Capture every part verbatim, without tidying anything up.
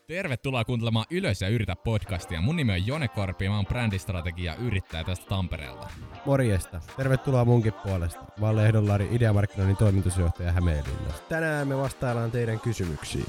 Tervetuloa kuuntelemaan Ylös ja yritä podcastia. Mun nimi on Jone Korpi ja mä oon brändistrategia ja yrittäjä tästä Tampereelta. Morjesta. Tervetuloa munkin puolesta. Mä oon Lehdonlaari Ideamarkkinoinnin toimitusjohtaja Hämeenlinnasta. Tänään me vastaillaan teidän kysymyksiin.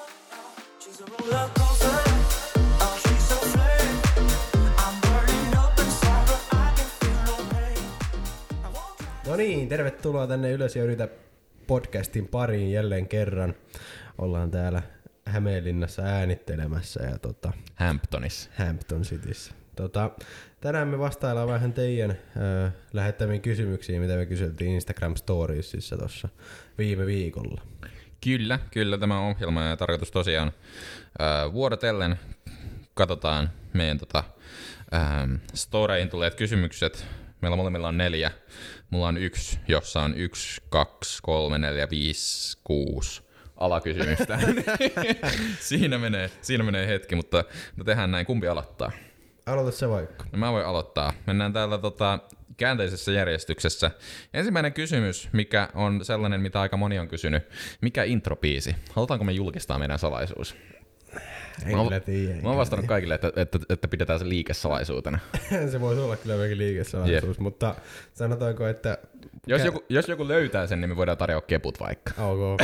No niin, tervetuloa tänne Ylös ja yritä podcastin pariin jälleen kerran. Ollaan täällä Hämeenlinnassa äänittelemässä ja tota, Hamptonissa. Hampton Cityssä. Tota, tänään me vastaillaan vähän teidän äh, lähettämiin kysymyksiin, mitä me kyseltiin Instagram Storiesissa tuossa viime viikolla. Kyllä, kyllä tämä ohjelma ja tarkoitus tosiaan äh, vuorotellen katsotaan meidän tota, äh, storeihin tuleet kysymykset. Meillä molemmilla on neljä. Mulla on yksi, jossa on yksi, kaksi, kolme, neljä, viisi, kuusi alakysymystä. siinä, menee, siinä menee hetki, mutta no tehdään näin. Kumpi aloittaa? Aloita se vaikka. No mä voin aloittaa. Mennään täällä tota, käänteisessä järjestyksessä. Ensimmäinen kysymys, mikä on sellainen, mitä aika moni on kysynyt. Mikä introbiisi? Halutaanko me julkistaa meidän salaisuus? Ei mä, kyllä tiedä. Mä oon vastannut kaikille, että, että, että pidetään se liikesalaisuutena. Se voisi olla kyllä mekin liikesalaisuus, yep. Mutta sanotaanko, että... Jos joku, jos joku löytää sen, niin me voidaan tarjoa keput vaikka. Ok.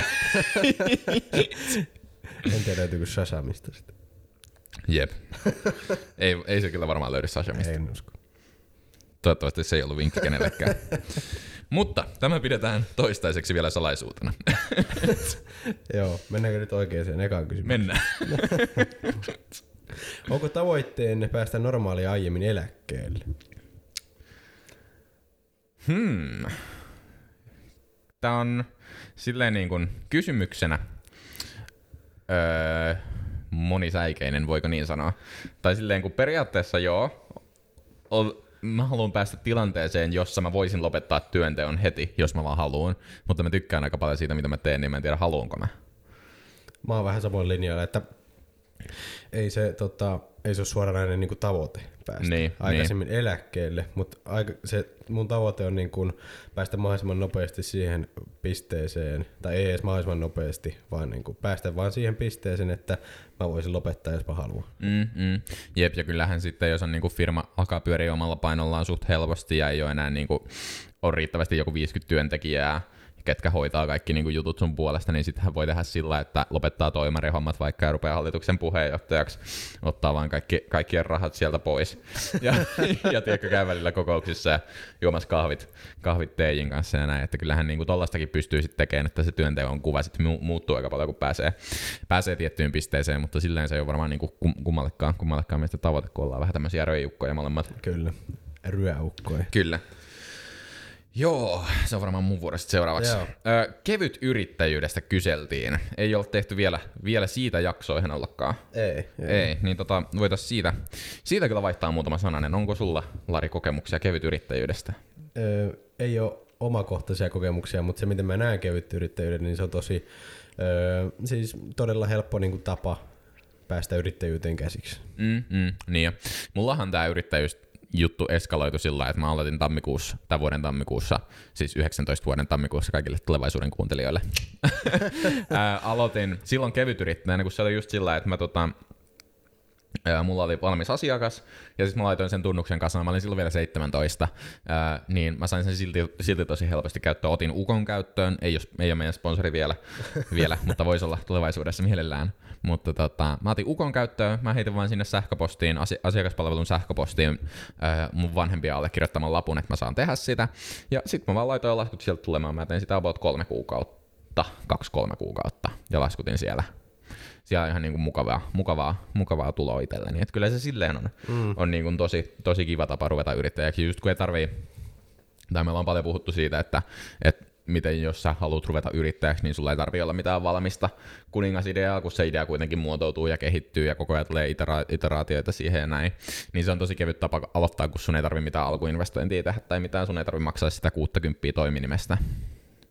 En tiedä, löytyykö Shazamista sitä. Jep. ei, ei se kyllä varmaan löydy Shazamista. En usko. Toivottavasti se ei ollut vinkki kenellekään. Mutta tämä pidetään toistaiseksi vielä salaisuutena. Joo, mennäänkö nyt oikeaan ekaan kysymykseen? Mennään. Onko tavoitteenne päästä normaalia aiemmin eläkkeelle? Hmm. Tämä on silleen niin kuin kysymyksenä öö, monisäikeinen, voiko niin sanoa. Tai silleen kuin periaatteessa joo, ol, mä haluan päästä tilanteeseen, jossa mä voisin lopettaa työnteon heti, jos mä vaan haluan. Mutta mä tykkään aika paljon siitä, mitä mä teen, niin mä en tiedä, haluanko mä. Mä oon vähän samoin linjalla, että ei se, tota, ei se ole suoranainen niin kuin tavoite päästä niin, aikaisemmin niin. eläkkeelle, mutta aika, se, mun tavoite on niin kuin päästä mahdollisimman nopeasti siihen pisteeseen, tai ei edes mahdollisimman nopeasti, vaan niin kuin päästä vaan siihen pisteeseen, että mä voisin lopettaa, jos mä haluan. Mm, mm. Jep, ja kyllähän sitten, jos on niin kuin firma alkaa pyöriä omalla painollaan suht helposti ja ei ole enää niin kuin, on riittävästi joku viisikymmentä työntekijää, ketkä hoitaa kaikki niin kuin jutut sun puolesta, niin sittenhän voi tehdä sillä, että lopettaa toimarihommat vaikka ja rupeaa hallituksen puheenjohtajaksi, ottaa vaan kaikki, kaikkien rahat sieltä pois. Ja, ja tiedätkö, käy välillä kokouksissa ja juomassa kahvit, kahvit teijin kanssa ja näin, että kyllähän niin kuin tollastakin pystyy sitten tekemään, että se työnteon kuva sitten mu- muuttuu aika paljon, kun pääsee, pääsee tiettyyn pisteeseen, mutta silleen se ei ole varmaan niin kuin kummallekaan, kummallekaan meistä tavoite, kun ollaan vähän tämmöisiä röijukkoja molemmat. Kyllä, ryöukkoja. Kyllä. Joo, se on varmaan mun vuodesta seuraavaksi. Joo. Ö, kevyt yrittäjyydestä kyseltiin. Ei ole tehty vielä, vielä siitä jaksoa ihan ollakaan. Ei. Ei, ei niin tota, voitaisiin siitä, siitä kyllä vaihtaa muutama sananen. Onko sulla, Lari, kokemuksia kevyt yrittäjyydestä? Ö, ei ole omakohtaisia kokemuksia, mutta se miten mä näen kevyt yrittäjyyden, niin se on tosi ö, siis todella helppo niin kuin tapa päästä yrittäjyyteen käsiksi. Mm, mm, niin jo. Mullahan tää yrittäjyys juttu eskaloitu sillä, että mä aloitin tammikuussa, tämän vuoden tammikuussa, siis yhdeksäntoista vuoden tammikuussa kaikille tulevaisuuden kuuntelijoille. Ää, aloitin silloin kevytyrittäjänä, kun se oli just sillä, että mä tota, ää, mulla oli valmis asiakas, ja sitten mä laitoin sen tunnuksen kanssa, mä olin silloin vielä seitsemäntoista, ää, niin mä sain sen silti, silti tosi helposti käyttöön. Otin Ukon käyttöön, ei, jos, ei ole meidän sponsori vielä, vielä mutta voisi olla tulevaisuudessa mielellään. Mutta tota, mä otin Ukon käyttöön, mä heitin vaan sinne sähköpostiin, asi- asiakaspalvelun sähköpostiin ää, mun vanhempia allekirjoittaman lapun, että mä saan tehdä sitä. Ja sit mä vaan laitoin laskut sieltä tulemaan, mä tein sitä about kolme kuukautta, kaksi kolme kuukautta, ja laskutin siellä. Siellä on ihan niin kuin mukavaa, mukavaa, mukavaa tuloa itselleni. Et kyllä se silleen on, mm. on niin kuin tosi, tosi kiva tapa ruveta yrittäjäksi, just kun ei tarvii, tai meillä on paljon puhuttu siitä, että, että miten jos sä haluat ruveta yrittäjäksi, niin sulla ei tarvitse olla mitään valmista kuningasideaa, kun se idea kuitenkin muotoutuu ja kehittyy ja koko ajan tulee itera- iteraatioita siihen ja näin. Niin se on tosi kevyt tapa aloittaa, kun sun ei tarvitse mitään alkuinvestointia tehdä tai mitään, sun ei tarvitse maksaa sitä kuusikymmentä toiminimestä.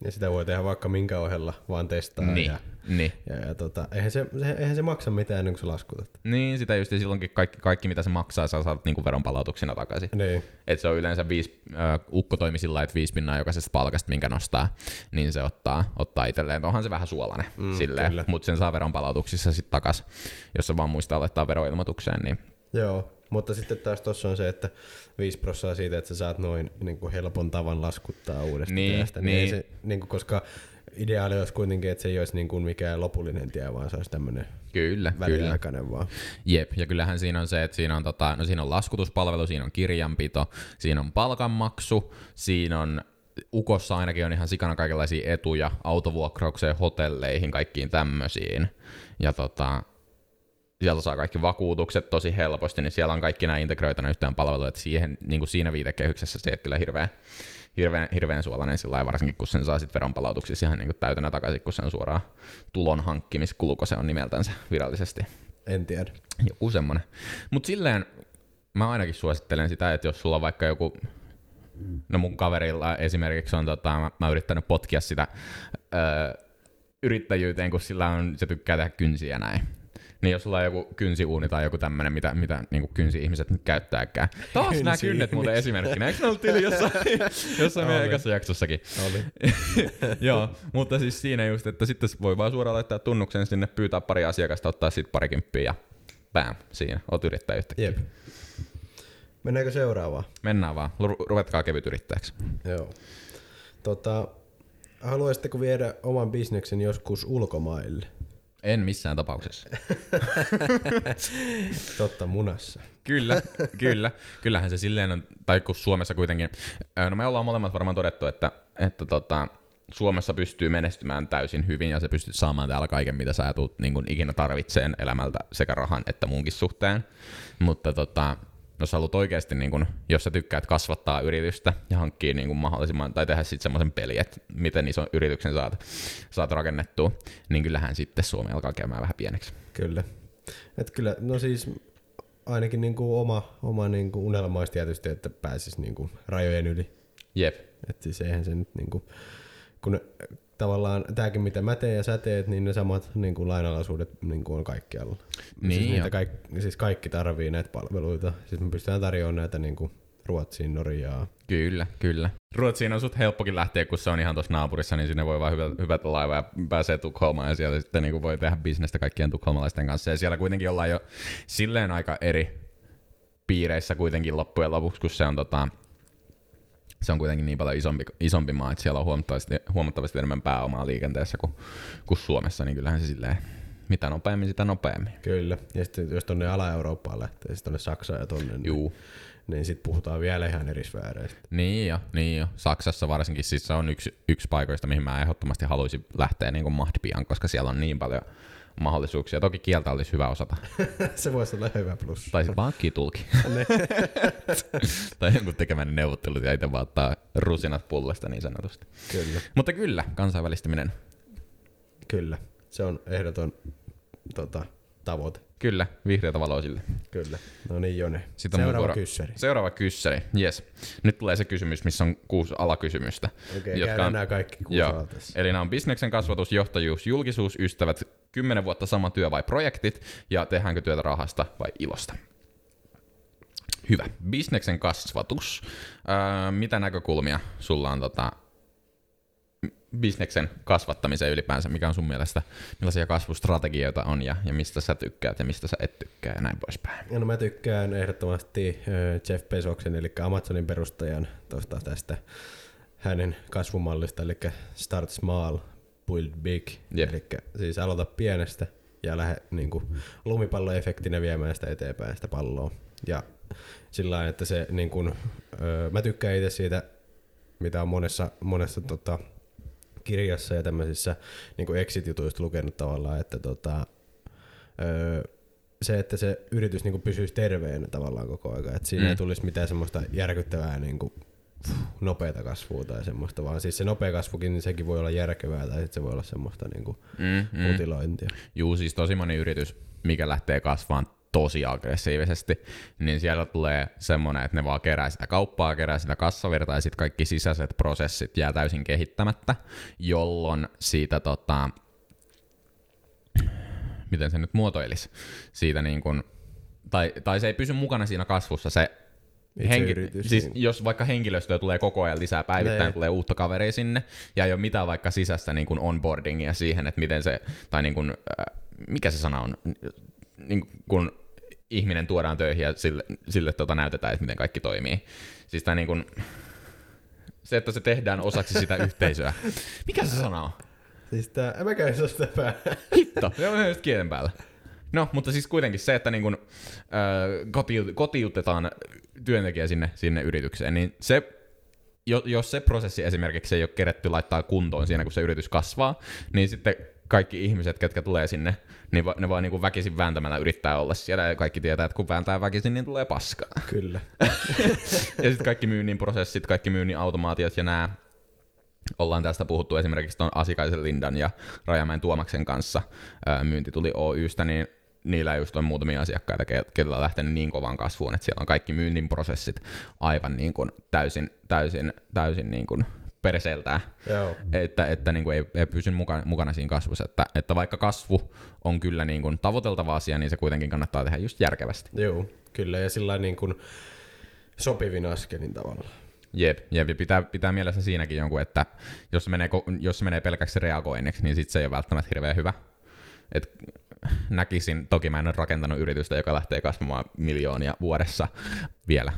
Ja sitä voi tehdä vaikka minkä ohella, vaan testaa. Niin, ja, niin. ja, ja tota, eihän, se, se, eihän se maksa mitään ennen kuin sä laskutat. Niin, sitä just, ja silloinkin kaikki, kaikki mitä se maksaa, sä saat niinku veronpalautuksina takaisin. Niin. Et se on yleensä viisi, äh, ukko toimi sillä lailla, että viisi pinnaa jokaisesta palkasta, minkä nostaa, niin se ottaa, ottaa itselleen. Onhan se vähän suolainen mm, silleen, mutta sen saa veronpalautuksissa sitten takas, jos se vaan muistaa laittaa veroilmoitukseen. Niin. Joo, mutta sitten taas tossa on se, että viisi prosenttia siitä, että sä saat noin niin kuin helpon tavan laskuttaa uudestaan niin, tästä, niin, niin. Se, niin kuin, koska ideaali olisi kuitenkin, että se ei olisi niin kuin mikään lopullinen tie, vaan se olisi tämmöinen kyllä, väliaikainen kyllä. vaan. Jep, ja kyllähän siinä on se, että siinä on, tota, no siinä on laskutuspalvelu, siinä on kirjanpito, siinä on palkanmaksu, siinä on Ukossa ainakin on ihan sikana kaikenlaisia etuja, autovuokraukseen, hotelleihin, kaikkiin tämmöisiin. Ja tota, sieltä saa kaikki vakuutukset tosi helposti, niin siellä on kaikki nämä integroituna yhteen palveluja, että siihen, niin kuin siinä viitekehyksessä se on kyllä hirveän, hirveän, hirveän suolainen sillä lailla, varsinkin kun sen saa sitten veronpalautuksissa ihan niin kuin täytänä takaisin, kun se on suoraan tulon hankkimiskulu, kun se on nimeltänsä virallisesti. En tiedä. Joku semmonen. Mutta silleen mä ainakin suosittelen sitä, että jos sulla on vaikka joku, no mun kaverilla esimerkiksi on, tota, mä, mä oon yrittänyt potkia sitä öö, yrittäjyyteen, kun sillä on, se tykkää tehdä kynsiä näin. Niin jos sulla on joku kynsiuuni tai joku tämmönen, mitä, mitä niin kynsi-ihmiset nyt käyttääkään. Taas nämä kynnet muuten esimerkkinä. Eikö ne ollut tili jossain, jossain meidän ekassa jaksossakin? Oli. Joo, mutta siis siinä just, että sitten voi vaan suoraan laittaa tunnuksen sinne, pyytää pari asiakasta, ottaa siitä parikymppiä ja bam, siinä, oot yrittäjä yhtäkkiä. Jep. Mennäänkö seuraavaan? Mennään vaan, ruvetkaa kevyt yrittäjäksi. Joo. Tota, haluaisitteko viedä oman bisneksen joskus ulkomaille? En missään tapauksessa. Totta munassa. Kyllä, kyllä. Kyllähän se silleen on, tai kun Suomessa kuitenkin, no me ollaan molemmat varmaan todettu, että, että tota, Suomessa pystyy menestymään täysin hyvin ja se pystyy saamaan täällä kaiken, mitä sä tulet niin kuin ikinä tarvitseen elämältä sekä rahan että muunkin suhteen. Mutta tota, jos sä haluat oikeasti, niin kun, jos sä tykkäät kasvattaa yritystä ja hankkii niin kun mahdollisimman, tai tehdä sitten semmoisen pelin, että miten ison yrityksen saat, saat rakennettua, niin kyllähän sitten Suomi alkaa käymään vähän pieneksi. Kyllä. Et kyllä, no siis ainakin niin kuin oma, oma niin kuin unelma olisi tietysti, että pääsisi niin kuin rajojen yli. Jep. Että siis eihän se nyt niin kuin, kun tavallaan tämäkin mitä mä teen ja sä teet, niin ne samat niin kuin lainalaisuudet niin kuin on kaikkialla. Niin siis, niitä kaikki, siis kaikki tarvii näitä palveluita. Siis me pystytään tarjoamaan näitä niin kuin Ruotsiin, Norjaan. Kyllä, kyllä. Ruotsiin on sut helppokin lähteä, kun se on ihan tuossa naapurissa, niin sinne voi vaan hyvä, hyvätä laiva ja pääsee Tukholmaan ja siellä sitten niin kuin voi tehdä bisnestä kaikkien tukholmalaisten kanssa. Ja siellä kuitenkin ollaan jo silleen aika eri piireissä kuitenkin loppujen lopuksi, kun se on tota, se on kuitenkin niin paljon isompi, isompi maa, että siellä on huomattavasti, huomattavasti enemmän pääomaa liikenteessä kuin, kuin Suomessa, niin kyllähän se silleen, mitä nopeammin, sitä nopeammin. Kyllä, ja sitten jos tonne Ala-Eurooppaan lähtee, siis tonne Saksaan ja tonne, Juu. niin, niin sitten puhutaan vielä ihan eri sfääreistä. Niin jo, niin jo. Saksassa varsinkin siis se on yksi, yksi paikoista, mihin mä ehdottomasti haluaisin lähteä niin kuin mahdpian, koska siellä on niin paljon mahdollisuuksia. Toki kieltä olisi hyvä osata. Se voisi olla hyvä plus. Tai sitten vaan kitulki. Tai jonkun tekemään neuvottelut ja itse vaan ottaa rusinat pullasta niin sanotusti. Kyllä. Mutta kyllä, kansainvälistyminen. Kyllä, se on ehdoton tota, tavoite. Kyllä, vihreätä valoa sille. Kyllä. No niin Jone, Sitten seuraava kyssäri. Seuraava kyssäri, yes. Nyt tulee se kysymys, missä on kuusi alakysymystä. Okei, okay, käydään on, nämä kaikki kuusi joo, eli nämä on bisneksen kasvatus, johtajuus, julkisuus, ystävät, kymmenen vuotta sama työ vai projektit, ja tehdäänkö työtä rahasta vai ilosta. Hyvä. Bisneksen kasvatus. Öö, mitä näkökulmia sulla on tota, bisneksen kasvattamiseen ylipäänsä? Mikä on sun mielestä, millaisia kasvustrategioita on ja, ja mistä sä tykkäät ja mistä sä et tykkää ja näin poispäin? No mä tykkään ehdottomasti Jeff Bezoksen, eli Amazonin perustajan tosta tästä hänen kasvumallista, eli start small, build big, yep. Eli siis aloita pienestä ja lähde niin kuin lumipalloefektinä viemään sitä eteenpäin sitä palloa. Ja sillä lailla, että se niin kuin, öö, mä tykkään itse siitä, mitä on monessa, monessa tota, kirjassa ja tämmöisissä niin kuin exit-jutuista lukenut tavallaan, että tota, öö, se, että se yritys niin kuin pysyisi terveenä tavallaan koko ajan, että siinä mm. ei tulisi mitään semmoista järkyttävää niin kuin, nopeata kasvua tai semmoista, vaan siis se nopea kasvukin, niin sekin voi olla järkevää tai sitten se voi olla semmoista niin kuin mm, mm. mutilointia. Juu, siis tosi moni yritys, mikä lähtee kasvamaan tosi aggressiivisesti, niin siellä tulee semmoinen, että ne vaan kerää sitä kauppaa, kerää sitä kassavirtaa ja sitten kaikki sisäiset prosessit jää täysin kehittämättä, jolloin siitä tota, miten se nyt muotoilisi, siitä niin kuin, tai, tai se ei pysy mukana siinä kasvussa, se Henki- siis jos vaikka henkilöstöä tulee koko ajan lisää päivittäin, ne. tulee uutta kaveria sinne, ja ei ole mitään vaikka sisäistä niin kuin onboardingia siihen, että miten se, tai niin kuin, äh, mikä se sana on, niin kun ihminen tuodaan töihin ja sille, sille tota näytetään, että miten kaikki toimii. Siis tää niin kuin, se, että se tehdään osaksi sitä yhteisöä. Mikä se sana on? Siis tää, en mä käy sitä päällä. Hitto, se on just kielen päällä. No, mutta siis kuitenkin se, että niin kun, äh, kotiut- kotiutetaan työntekijä sinne, sinne yritykseen, niin se, jos se prosessi esimerkiksi ei ole keretty laittaa kuntoon siinä, kun se yritys kasvaa, niin sitten kaikki ihmiset, ketkä tulee sinne, niin va, ne vaan niin kuin väkisin vääntämällä yrittää olla siellä, ja kaikki tietää, että kun vääntää väkisin, niin tulee paskaa. Kyllä. Ja sitten kaikki myynnin prosessit, kaikki myynnin automaatiot ja nämä. Ollaan tästä puhuttu esimerkiksi tuon Asikaisen Lindan ja Rajamäen Tuomaksen kanssa. Myynti tuli Oystä, niin niillä just on muutamia asiakkaita, keillä on lähtenyt niin kovaan kasvuun, että siellä on kaikki myynnin prosessit aivan niin kuin täysin, täysin, täysin niin kuin perseeltään, Joo. että, että niin kuin ei, ei pysy mukana, mukana siinä kasvussa. Että, että vaikka kasvu on kyllä niin kuin tavoiteltava asia, niin se kuitenkin kannattaa tehdä just järkevästi. Joo, kyllä, ja sillä niin kuin sopivin askelin tavallaan. Jep, jep, ja pitää, pitää mielessä siinäkin jonkun, että jos se menee, jos se menee pelkäksi reagoinniksi, niin sit se ei ole välttämättä hirveän hyvä. Et näkisin, toki mä en ole rakentanut yritystä, joka lähtee kasvamaan miljoonia vuodessa vielä,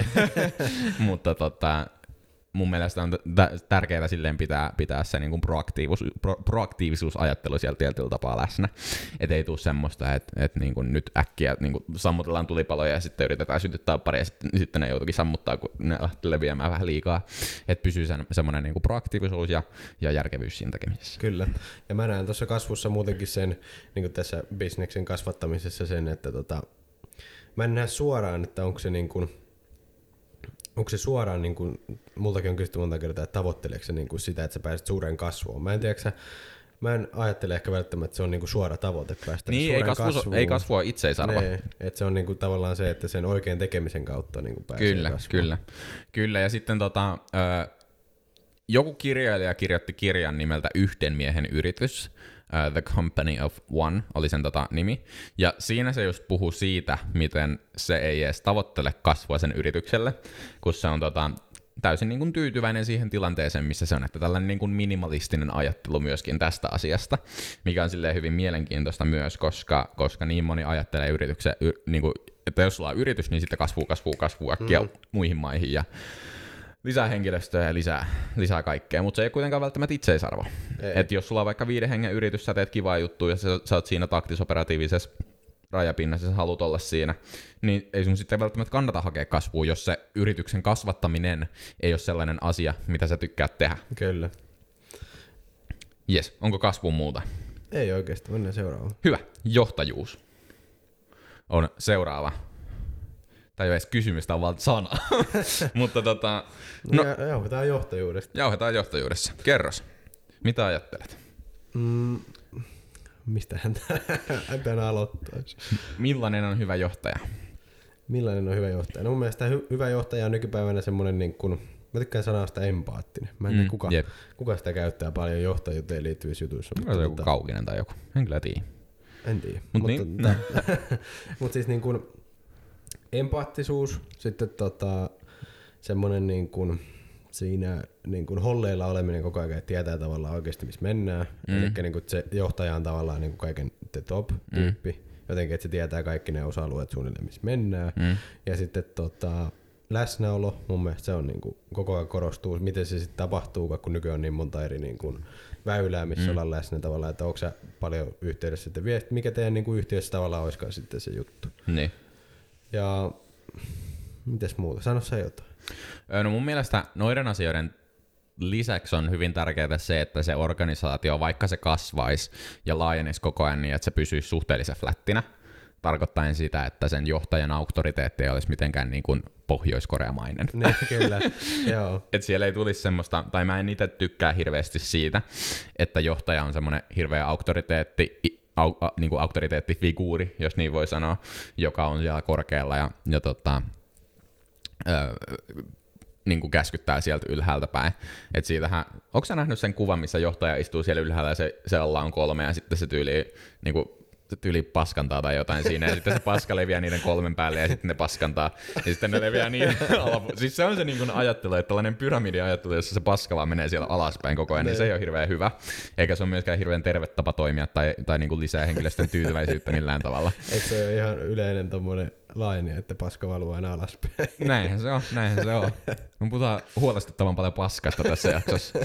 mutta tota, mun mielestä on t- tärkeää silleen pitää, pitää se niin kuin proaktiivisuus, pro, proaktiivisuusajattelu siellä tietyllä tapaa läsnä. Et ei tule semmoista, että et niin kuin nyt äkkiä niin kuin sammutellaan tulipaloja ja sitten yritetään sytyttää pari ja sitten, sitten ne joutuikin sammuttaa, kun ne lähtee leviämään vähän liikaa. Että pysyy sen, semmoinen niin kuin proaktiivisuus ja, ja järkevyys siinä tekemisessä. Kyllä. Ja mä näen tuossa kasvussa muutenkin sen, niin kuin tässä bisneksen kasvattamisessa sen, että tota, mä en näe suoraan, että onko se niin kuin Onko se suoraan, niin kuin, multakin on kysytty monta kertaa, että tavoitteleeko se niin kuin sitä, että sä pääset suureen kasvuun? Mä en tiedä, sä, mä en ajattele ehkä välttämättä, että se on niin kuin suora tavoite päästä niin, suureen ei kasvu, kasvuun. Ei kasvua itseisarvo. Nee, että se on niin kuin tavallaan se, että sen oikean tekemisen kautta niin kuin pääsee kyllä, kasvuun. Kyllä, kyllä. Ja sitten tota, ö, joku kirjailija kirjoitti kirjan nimeltä Yhden miehen yritys. Uh, The Company of One oli sen tota nimi. Ja siinä se just puhuu siitä, miten se ei edes tavoittele kasvua sen yritykselle, kun se on tota, täysin niin kuin tyytyväinen siihen tilanteeseen, missä se on. Että tällainen niin kuin minimalistinen ajattelu myöskin tästä asiasta, mikä on silleen hyvin mielenkiintoista myös, koska, koska niin moni ajattelee yrityksen, y, niin kuin, että jos sulla on yritys, niin sitten kasvuu, kasvuu, kasvuu äkkiä mm. muihin maihin ja lisää henkilöstöä ja lisää, lisää kaikkea, mutta se ei kuitenkaan välttämättä itseisarvo. Että jos sulla on vaikka viiden hengen yritys, sä teet kivaa juttua ja sä, sä oot siinä taktisoperatiivisessa rajapinnassa ja sä haluat olla siinä, niin ei sun sitten välttämättä kannata hakea kasvua, jos se yrityksen kasvattaminen ei ole sellainen asia, mitä sä tykkäät tehdä. Kyllä. Jes, onko kasvun muuta? Ei oikeasti, mennään seuraavaan. Hyvä, johtajuus on seuraava. Tai ei ole edes kysymys, tämä on vaan sana. Mutta tota, no, ja, jauhetaan johtajuudesta. Jauhetaan johtajuudessa. Kerros, mitä ajattelet? Mm, mistähän tämän aloittaisi? Millainen on hyvä johtaja? Millainen on hyvä johtaja? No mun mielestä hy- hyvä johtaja on nykypäivänä semmoinen, niin kuin, mä tykkään sanasta empaattinen. Mä en tiedä, mm, kuka, kuka sitä käyttää paljon johtajuuteen liittyvissä jutuissa. Mutta se on joku tota, Kaukinen tai joku, en kyllä tiedä. En tiedä. Mut mutta niin. tota, mut siis niin kuin empaattisuus, sitten tota, semmoinen niin kuin siinä niin kuin holleilla oleminen koko ajan, että tietää tavallaan oikeasti missä mennään. Mm. Eli niin kuin se johtaja on tavallaan niin kuin kaiken the top-tyyppi. Mm. Jotenkin, että se tietää kaikki ne osa-alueet suunnilleen missä mennään. Mm. Ja sitten tota, läsnäolo, mun mielestä se on niin kuin koko ajan korostuu, miten se sitten tapahtuu, kun nykyään on niin monta eri niin kuin väylää, missä mm. ollaan läsnä tavallaan, että onko sä paljon yhteydessä sitten viesti, mikä teidän niin kuin yhtiössä tavallaan olisikaan sitten se juttu. Niin. Ja mites muuta? Sano sä jotain. No mun mielestä noiden asioiden lisäksi on hyvin tärkeää se, että se organisaatio, vaikka se kasvaisi ja laajenisi koko ajan niin, että se pysyisi suhteellisen flättinä, tarkoittaen sitä, että sen johtajan auktoriteetti ei olisi mitenkään niin kuin pohjoiskoreamainen. Ne, kyllä, joo. Et siellä ei tulisi semmoista, tai mä en itse tykkää hirveästi siitä, että johtaja on semmoinen hirveä auktoriteetti au, a, niin kuin auktoriteettifiguuri, jos niin voi sanoa, joka on siellä korkealla ja, ja tota, ö, niin kuin käskyttää sieltä ylhäältä päin. Et siitähän, onko sä nähnyt sen kuvan, missä johtaja istuu siellä ylhäällä ja se, se alla on kolme ja sitten se tyyli, niin kuin, tyyli paskantaa tai jotain siinä ja sitten se paska leviää niiden kolmen päälle ja sitten ne paskantaa ja sitten ne leviää niiden alapu. Siis se on se niin kuin ajattelu, että tällainen pyramidiajattelu, jossa se paska vaan menee siellä alaspäin koko ajan, niin se ei ole hirveän hyvä. Eikä se ole myöskään hirveän terve tapa toimia tai, tai niin kuin lisää henkilöstön tyytyväisyyttä millään tavalla. Eikö se ole ihan yleinen tommonen laini, että paska valuu aina alaspäin? Näinhän se on, näinhän se on. Me puhutaan huolestuttavan paljon paskasta tässä jaksossa.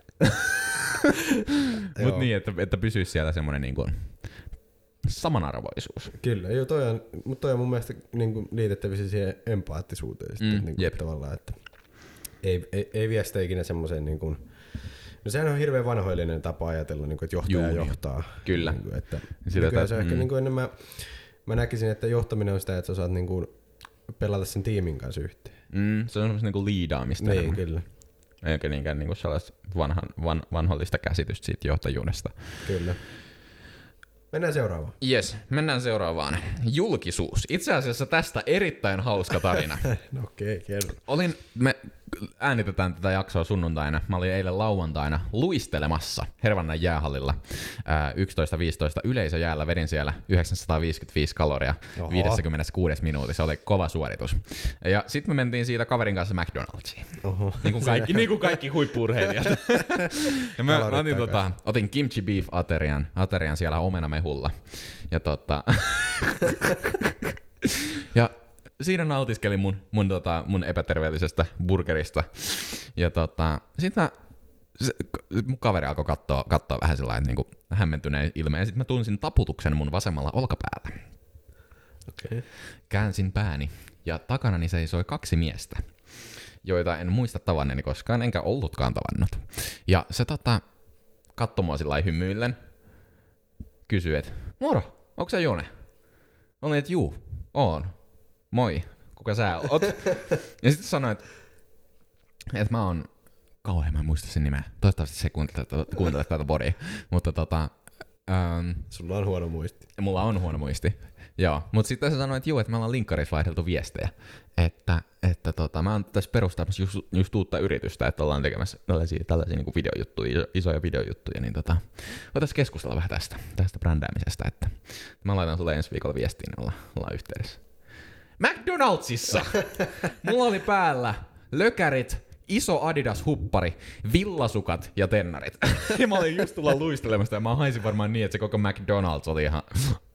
Mutta niin, että, että pysyisi siellä semmoinen niin kuin samanarvoisuus. Kyllä, joo, toi on, mutta toi on mun mielestä niin kuin liitettävissä siihen empaattisuuteen sitten, mm, niin kuin tavallaan, että ei, ei, ei vie sitä ikinä semmoiseen niin kuin, no sehän on hirveän vanhoillinen tapa ajatella, niin kuin, että johtaja Juu, johtaa. Kyllä. Niin kuin, että nykyään se on mm. ehkä niin kuin enemmän, mä näkisin, että johtaminen on sitä, että sä saat niin kuin pelata sen tiimin kanssa yhteen. Mm, se on semmoista niin kuin liidaamista. Niin, kyllä. Eikä niinkään niin kuin sellaista vanhan, van, vanhollista käsitystä siitä johtajuudesta. Kyllä. Mennään seuraavaan. Yes, mennään seuraavaan. Julkisuus. Itse asiassa tästä erittäin hauska tarina. No okei, okay, kerro. Olin, me äänitetään tätä jaksoa sunnuntaina. Mä olin eilen lauantaina luistelemassa Hervannan jäähallilla. yksitoista viisitoista yleisöjäällä, vedin siellä yhdeksänsataaviisikymmentäviisi kaloria Oho. viisikymmentäkuusi minuutissa. Oli kova suoritus. Ja sitten me mentiin siitä kaverin kanssa McDonald'siin. Oho. Niin kuin kaikki, niin kuin kaikki huippu-urheilijat. Ja mä, mä otin, tota, otin kimchi beef aterian, aterian siellä omenamehulla. Ja tota... ja siinä nautiskelin mun, mun, tota, mun epäterveellisestä burgerista. Ja tota, sit mä, se, mun kaveri alkoi katsoa, katsoa vähän sellainen niin kuin hämmentyneen ilmeen. Ja sit mä tunsin taputuksen mun vasemmalla olkapäällä. Okay. Käänsin pääni ja takanani seisoi kaksi miestä, joita en muista tavanneeni koskaan, enkä ollutkaan tavannut. Ja se tota, katsoi mua sillä lailla hymyillen, kysyi, että moro, onko sä Jone? Olin, että juu, oon. Moi, kuka sä oot? Ja sitten sanoin, että, että mä oon, kauhean mä en muista sen nimeä, toivottavasti se kuuntelee tätä podia, mutta tota... Ähm, Sulla on huono muisti. Mulla on huono muisti, joo. Mutta sitten se sanoi, että juu, että me ollaan linkkareissa vaihdeltu viestejä, että, että tota, mä oon tässä perustamassa just, just uutta yritystä, että ollaan tekemässä tällaisia, tällaisia niin kuin videojuttuja, isoja videojuttuja, niin tota, voitaisiin keskustella vähän tästä, tästä brändäämisestä, että mä laitan sulle ensi viikolla viestiin, niin ollaan, ollaan yhteydessä. McDonaldsissa! Mulla oli päällä lökärit, iso Adidas-huppari, villasukat ja tennarit. Ja mä olin just tulla luistelemasta ja mä haisin varmaan niin, että se koko McDonald's oli ihan...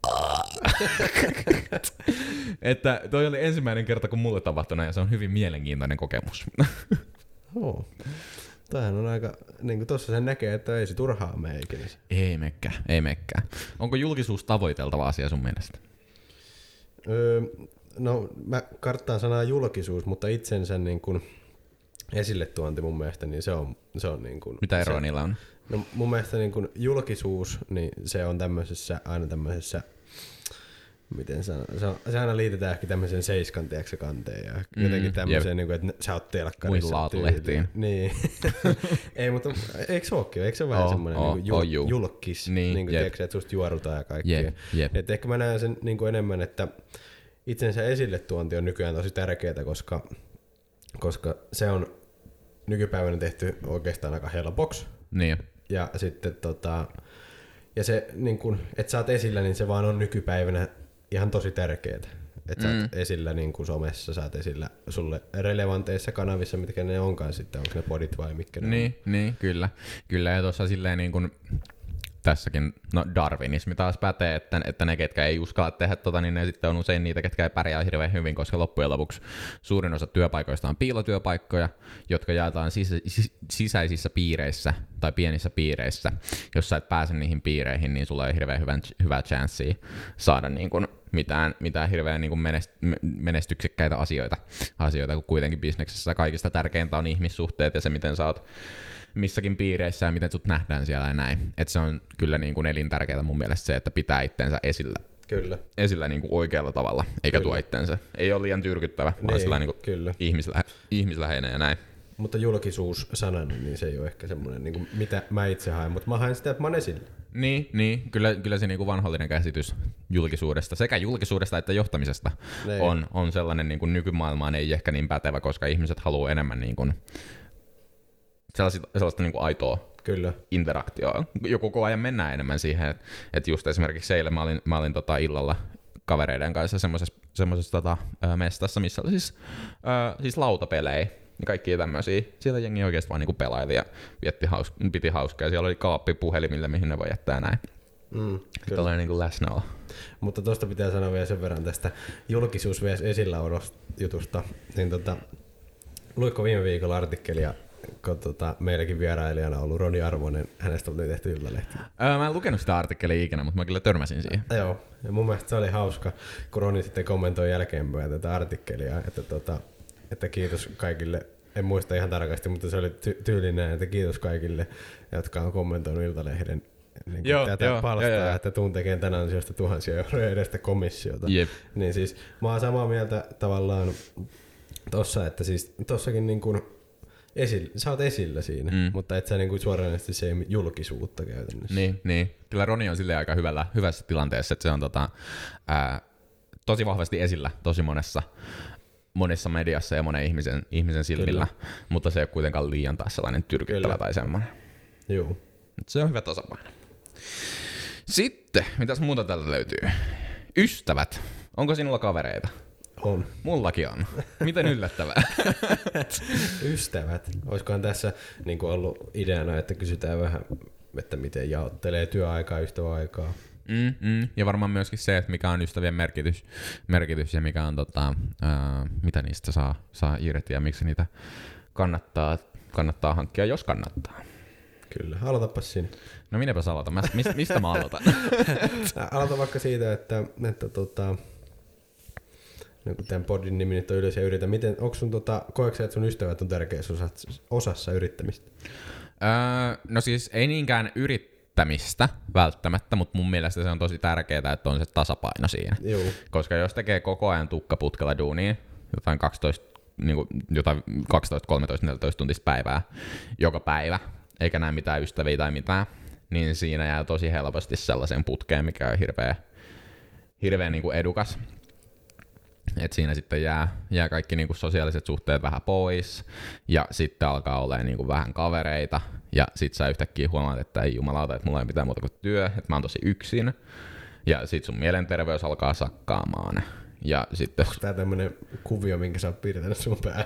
että toi oli ensimmäinen kerta, kun mulle tapahtui ja se on hyvin mielenkiintoinen kokemus. Oh. Tämähän on aika, niin kuin tossa sen näkee, että ei se turhaa mene ikinä. Ei mekkää, ei mekkää. Onko julkisuus tavoiteltava asia sun mielestä? Öö, no mä karttaan sanaa julkisuus, mutta itsensä niin kuin esille tuonti mun mielestä, niin se on, se on niin kuin... Mitä eroa se, niillä on? No mun mielestä niin kuin julkisuus, niin se on tämmöisessä, aina tämmöisessä, miten se on, se, on, se aina liitetään ehkä tämmöiseen seiskan tiedätkö, kanteen ja mm, jotenkin tämmöiseen, niin kuin, että sä oot telkkarissa. Muihin laatulehtiin. Niin. Ei, mutta eikö se ookin? Eikö se ole vähän oh, semmoinen oh, niin kuin jul, oh, julkis, niin, niin kuin, tiedätkö, että susta juorutaan ja kaikkea. Yep, yep. Et ehkä mä näen sen niin kuin enemmän, että itsensä esille tuonti on nykyään tosi tärkeää, koska, koska se on nykypäivänä tehty oikeastaan aika helpoksi. Niin. Ja sitten tota, ja se niin kun, että sä oot esillä, niin se vaan on nykypäivänä ihan tosi tärkeää. Että mm. sä oot esillä niin kuin somessa, sä oot esillä sulle relevanteissa kanavissa, mitkä ne onkaan sitten, onko ne podit vai mitkä ne niin, on. Niin, kyllä. Kyllä ja tuossa silleen niin kuin tässäkin, no darwinismi taas pätee, että, että ne, ketkä ei uskalla tehdä tota, niin ne sitten on usein niitä, ketkä ei pärjää hirveän hyvin, koska loppujen lopuksi suurin osa työpaikoista on piilotyöpaikkoja, jotka jaetaan sisä, sisäisissä piireissä tai pienissä piireissä. Jos sä et pääse niihin piireihin, niin sulla ei hirveän hyvän, hyvää chanssiä saada niin kuin mitään, mitään hirveän niin kuin menest, menestyksekkäitä asioita, asioita, kun kuitenkin bisneksessä kaikista tärkeintä on ihmissuhteet ja se, miten sä oot missäkin piireissä ja miten sut nähdään siellä ja näin. Et se on kyllä niin kuin elintärkeää mun mielestä se, että pitää itteensä esillä. Kyllä. Esillä niin kuin oikealla tavalla, eikä kyllä. Tuo itteensä. Ei ole liian tyrkyttävä, vaan niin, sillä niin kuin ihmislä- ihmisläheinen ja näin. mutta julkisuus sanana, niin se ei ole ehkä semmoinen, niin kuin, mitä mä itse haen, mutta mä haen sitä, että mä oon esillä. Niin, niin. Kyllä, kyllä se niinku vanhollinen käsitys julkisuudesta, sekä julkisuudesta että johtamisesta on, on sellainen niinku nykymaailmaan ei ehkä niin pätevä, koska ihmiset haluaa enemmän niinku sellaista, sellaista niinku aitoa Kyllä. interaktioa. Jo koko ajan mennään enemmän siihen, että et just esimerkiksi eilen mä olin, mä olin tota illalla kavereiden kanssa semmoisessa, semmoisessa tota, mestassa, missä oli siis, äh, siis lautapelejä. Kaikkia tämmöisiä. Siellä jengi oikeasti vaan niinku pelaili ja vietti haus, piti hauskaa. Siellä oli kaappi puhelimille, mihin ne voi jättää näin. Mm, Tällainen niinku läsnäolo. Mutta tuosta pitää sanoa vielä sen verran tästä julkisuus vs. esilläolojutusta. Niin tota, luitko viime viikolla artikkelia, kun tota, meilläkin vierailijana ollut Roni Arvonen, hänestä oli tehty Iltalehti. Öö, mä en lukenut sitä artikkelia ikinä, mutta mä kyllä törmäsin siihen. Joo, ja mun mielestä se oli hauska, kun Roni sitten kommentoi jälkeenpäin tätä artikkelia, että tota, että kiitos kaikille, en muista ihan tarkasti, mutta se oli ty- tyylinen, että kiitos kaikille, jotka on kommentoinut Iltalehden niin joo, tätä joo, palstaa, joo, joo. että tuun tekemään tämän ansiosta tuhansia euroja edestä komissiota. Jep. Niin siis mä oon samaa mieltä tavallaan tossa, että siis tossakin niin kuin esillä, sä oot esillä siinä, mm. mutta et sä niin kuin suoranaisesti se ei julkisuutta käytännössä. Niin, niin. Kyllä Roni on silleen aika hyvällä, hyvässä tilanteessa, että se on tota, ää, tosi vahvasti esillä tosi monessa monessa mediassa ja monen ihmisen, ihmisen silmillä, kyllä. Mutta se ei ole kuitenkaan liian taas sellainen tyrkyttävä kyllä. tai semmoinen. Joo. Se on hyvä tasapaino. Sitten, mitäs muuta täältä löytyy? Ystävät. Onko sinulla kavereita? On. Mullakin on. Miten yllättävää? Ystävät. Olisikohan tässä niin kuin ollut ideana, että kysytään vähän, että miten jaottelee työaikaa, ystäväaikaa. Mm, mm. Ja varmaan myöskin se, että mikä on ystävien merkitys, merkitys ja mikä on, tota, ää, mitä niistä saa, saa irti ja miksi niitä kannattaa, kannattaa hankkia, jos kannattaa. Kyllä, aloitapas sinne. No minäpäs aloitan. Mä, mistä, mistä mä aloitan? Aloita vaikka siitä, että, että tota, no kun tämän podin nimi nyt on Ylös ja yritä. Miten, onko sun, tota, koetko sä, että sun ystävät on tärkeässä osassa, osassa yrittämistä? Öö, no siis ei niinkään yrittämistä välttämättä, mutta mun mielestä se on tosi tärkeää, että on se tasapaino siinä. Juu. Koska jos tekee koko ajan tukkaputkella duunia, jotain kaksitoista, niin kuin, jotain kaksitoista, kolmetoista, neljätoista tuntista päivää joka päivä, eikä näe mitään ystäviä tai mitään, niin siinä jää tosi helposti sellaisen putkeen, mikä on hirveä, hirveä niin kuin edukas. Et siinä sitten jää, jää kaikki niinku sosiaaliset suhteet vähän pois, ja sitten alkaa olemaan niinku vähän kavereita, ja sit sä yhtäkkiä huomaat, että ei jumalauta, että mulla ei mitään muuta kuin työ, että mä oon tosi yksin, ja sit sun mielenterveys alkaa sakkaamaan. Ja sitten... Onko tää tämmönen kuvio, minkä sä oot piirtänyt sun päähän?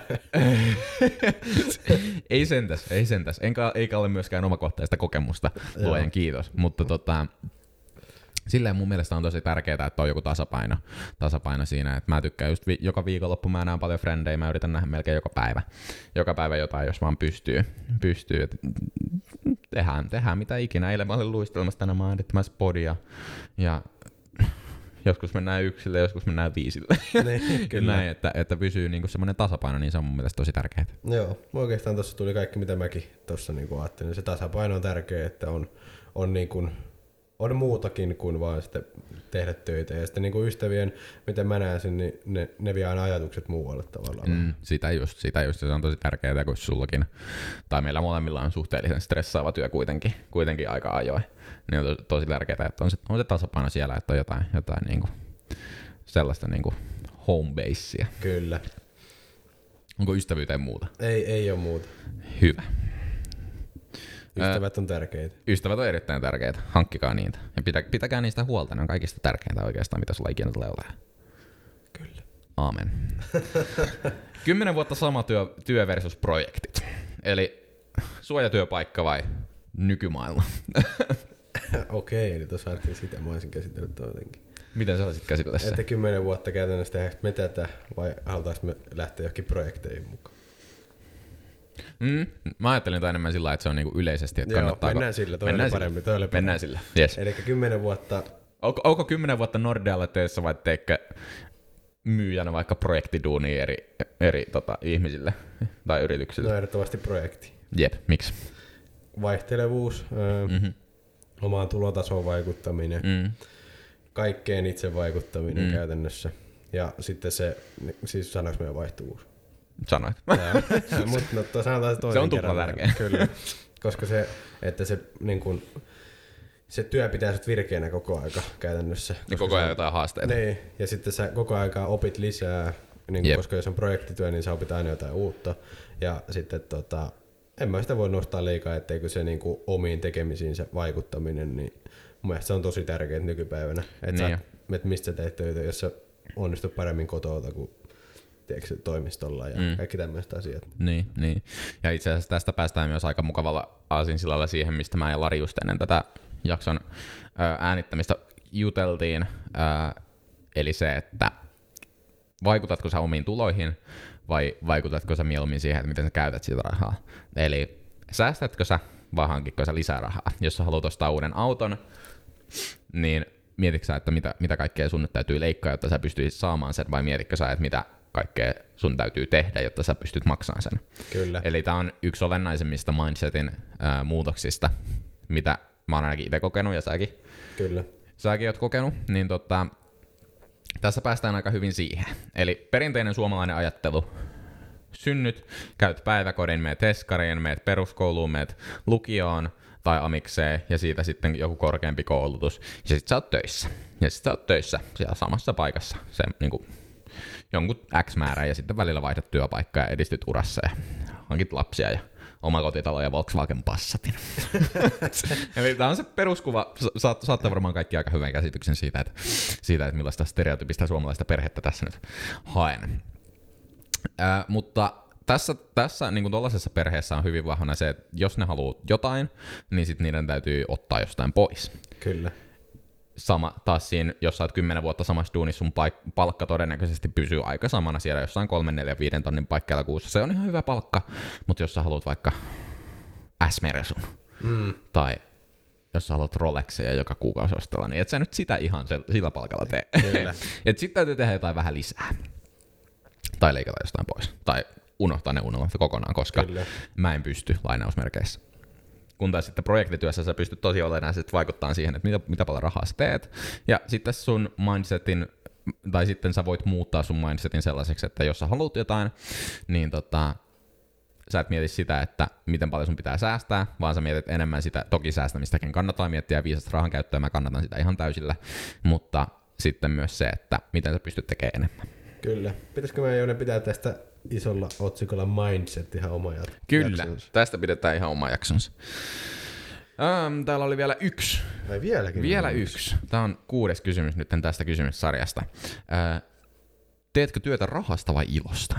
ei sentäs, ei sentäs. Enkä, eikä ole myöskään omakohtaista kokemusta, luojan kiitos, mutta tota... Silleen mun mielestä on tosi tärkeää, että on joku tasapaino, tasapaino siinä, että mä tykkään just vi- joka viikonloppu, mä näen paljon frendejä, mä yritän nähdä melkein joka päivä, joka päivä jotain, jos vaan pystyy, pystyy. Et tehdään, tehdään mitä ikinä. Eilen mä olin luistelemassa tänä, mä äänittämässä podia, ja joskus mennään yksille, joskus mennään viisille. Niin, kyllä. Näin, että, että pysyy niinku semmoinen tasapaino, niin se on mun mielestä tosi tärkeää. Joo, oikeastaan tossa tuli kaikki, mitä mäkin tossa niinku ajattelin. Se tasapaino on tärkeä, että on, on niinku... On muutakin kuin vaan sitten tehdä töitä. Ja sitten niin ystävien, miten mä näen sen, niin ne, ne vie aina ajatukset muualle tavallaan. Mm, sitä just, sitä just. Se on tosi tärkeää, kun sullakin, tai meillä molemmilla on suhteellisen stressaava työ kuitenkin, kuitenkin aika ajoin. Niin on to, tosi tärkeää, että on se, on se tasapaino siellä, että on jotain, jotain niin kuin sellaista niin kuin home basea. Kyllä. Onko ystävyyteen muuta? Ei, ei ole muuta. Hyvä. Ystävät on tärkeitä. Ystävät on erittäin tärkeitä. Hankkikaa niitä. Ja pitä, pitäkää niistä huolta. Ne on kaikista tärkeintä oikeastaan, mitä sulla ikinä tulee olemaan. Kyllä. Aamen. Kymmenen vuotta sama työ, työ versus projektit. Eli suojatyöpaikka vai nykymaailma? Okei, niin tuossa ajattelin sitä. Mä olisin käsitellyt tuo jotenkin. Miten sä olisit käsitellyt sen? Että kymmenen vuotta käytännössä tehdäänkö me tätä vai halutaanko me lähteä johonkin projekteihin mukaan? Mm, mä ajattelin jotain enemmän sillä, että se on niinku yleisesti, että kannattaa... Joo, mennään sillä, toi oli parempi. Toi oli mennään sillä, yes. Eli kymmenen vuotta... Onko, onko kymmenen vuotta Nordealla töissä vai teekö myyjänä vaikka projektiduunia eri, eri tota, ihmisille tai yrityksille? No ehdottomasti projekti. Jep, miksi? Vaihtelevuus, öö, mm-hmm. omaan tulotasoon vaikuttaminen, mm. kaikkeen itse vaikuttaminen mm. käytännössä. Ja sitten se, siis sanoinko meidän vaihtuvuus? sanoit. Mutta no, sanotaan se toinen Se on tupla tärkeä. Kyllä, koska se, että se, niin kun, se työ pitää sut virkeänä koko aika käytännössä. Ja koko ajan jotain haasteita. Niin, ja sitten sä koko aika opit lisää, niin kun, koska jos on projektityö, niin sä opit aina jotain uutta. Ja sitten tota, en mä sitä voi nostaa liikaa, etteikö se niin kuin omiin tekemisiinsä vaikuttaminen, niin mun mielestä se on tosi tärkeää nykypäivänä. Että niin et mistä sä teet töitä, jos sä onnistut paremmin kotota kuin tiedätkö, toimistolla ja mm. kaikki tämmöiset asiat. Niin, niin. Ja itse asiassa tästä päästään myös aika mukavalla aasinsillalla siihen, mistä mä ja Lari just ennen tätä jakson ää, äänittämistä juteltiin. Ää, eli se, että vaikutatko sä omiin tuloihin vai vaikutatko sä mieluummin siihen, että miten sä käytät sitä rahaa. Eli säästätkö sä vai hankitko sä lisää rahaa? Jos sä haluat ostaa uuden auton, niin mietitkö sä, että mitä, mitä kaikkea sun täytyy leikkaa, jotta sä pystyisit saamaan sen, vai mietitkö sä, että mitä kaikkea sun täytyy tehdä, jotta sä pystyt maksamaan sen? Kyllä. Eli tää on yksi olennaisemmista mindsetin ää, muutoksista, mitä mä oon ainakin itse kokenut ja säkin. Kyllä. Säkin oot kokenut, niin tota, tässä päästään aika hyvin siihen. Eli perinteinen suomalainen ajattelu. Synnyt, käyt päiväkodin, meet eskariin, meet peruskouluun, meet lukioon tai amikseen ja siitä sitten joku korkeampi koulutus. Ja sit sä oot töissä. Ja sit sä oot töissä siellä samassa paikassa. Se, niin kuin, jonkun X määrä ja sitten välillä vaihdat työpaikkaa ja edistyt urassa ja hankit lapsia ja omakotitalo ja Volkswagen Passatin. Eli tämä on se peruskuva. Saat, saatte varmaan kaikki aika hyvän käsityksen siitä, että, siitä, että millaista stereotypista suomalaista perhettä tässä nyt haen. Äh, mutta tässä, tässä niin kuin tuollaisessa perheessä on hyvin vahvana se, että jos ne haluaa jotain, niin sitten niiden täytyy ottaa jostain pois. Kyllä. Sama, taas siinä, jos sä oot kymmenen vuotta samassa duunissa, sun paik- palkka todennäköisesti pysyy aika samana siellä jossain kolme, neljä, viiden tonnin paikkeilla kuussa. Se on ihan hyvä palkka, mutta jos sä haluat vaikka S-Mersun mm. tai jos sä haluat Rolexia joka kuukausi ostella, niin et sä nyt sitä ihan sillä palkalla tee. Et sit täytyy tehdä jotain vähän lisää. Tai leikata jostain pois. Tai unohtaa ne unelmat kokonaan, koska Kyllä. mä en pysty lainausmerkeissä. Kun taas sitten projektityössä sä pystyt tosi olennaisesti vaikuttaa siihen, että mitä, mitä paljon rahaa sä teet. Ja sitten sun mindsetin, tai sitten sä voit muuttaa sun mindsetin sellaiseksi, että jos sä haluat jotain, niin tota, sä et mieti sitä, että miten paljon sun pitää säästää, vaan sä mietit enemmän sitä, toki säästämistäkin kannattaa miettiä, viisasta rahan käyttöä, mä kannatan sitä ihan täysillä, mutta sitten myös se, että miten sä pystyt tekemään enemmän. Kyllä. Pitäisikö meidän Joone pitää tästä isolla otsikolla mindset ihan oma jakso? Kyllä, jaksonsa. Tästä pidetään ihan oma jaksonsa. Ähm, täällä oli vielä yksi. Vai vieläkin? Vielä yksi. Tämä on kuudes kysymys nyt tästä kysymyssarjasta. Äh, teetkö työtä rahasta vai ilosta?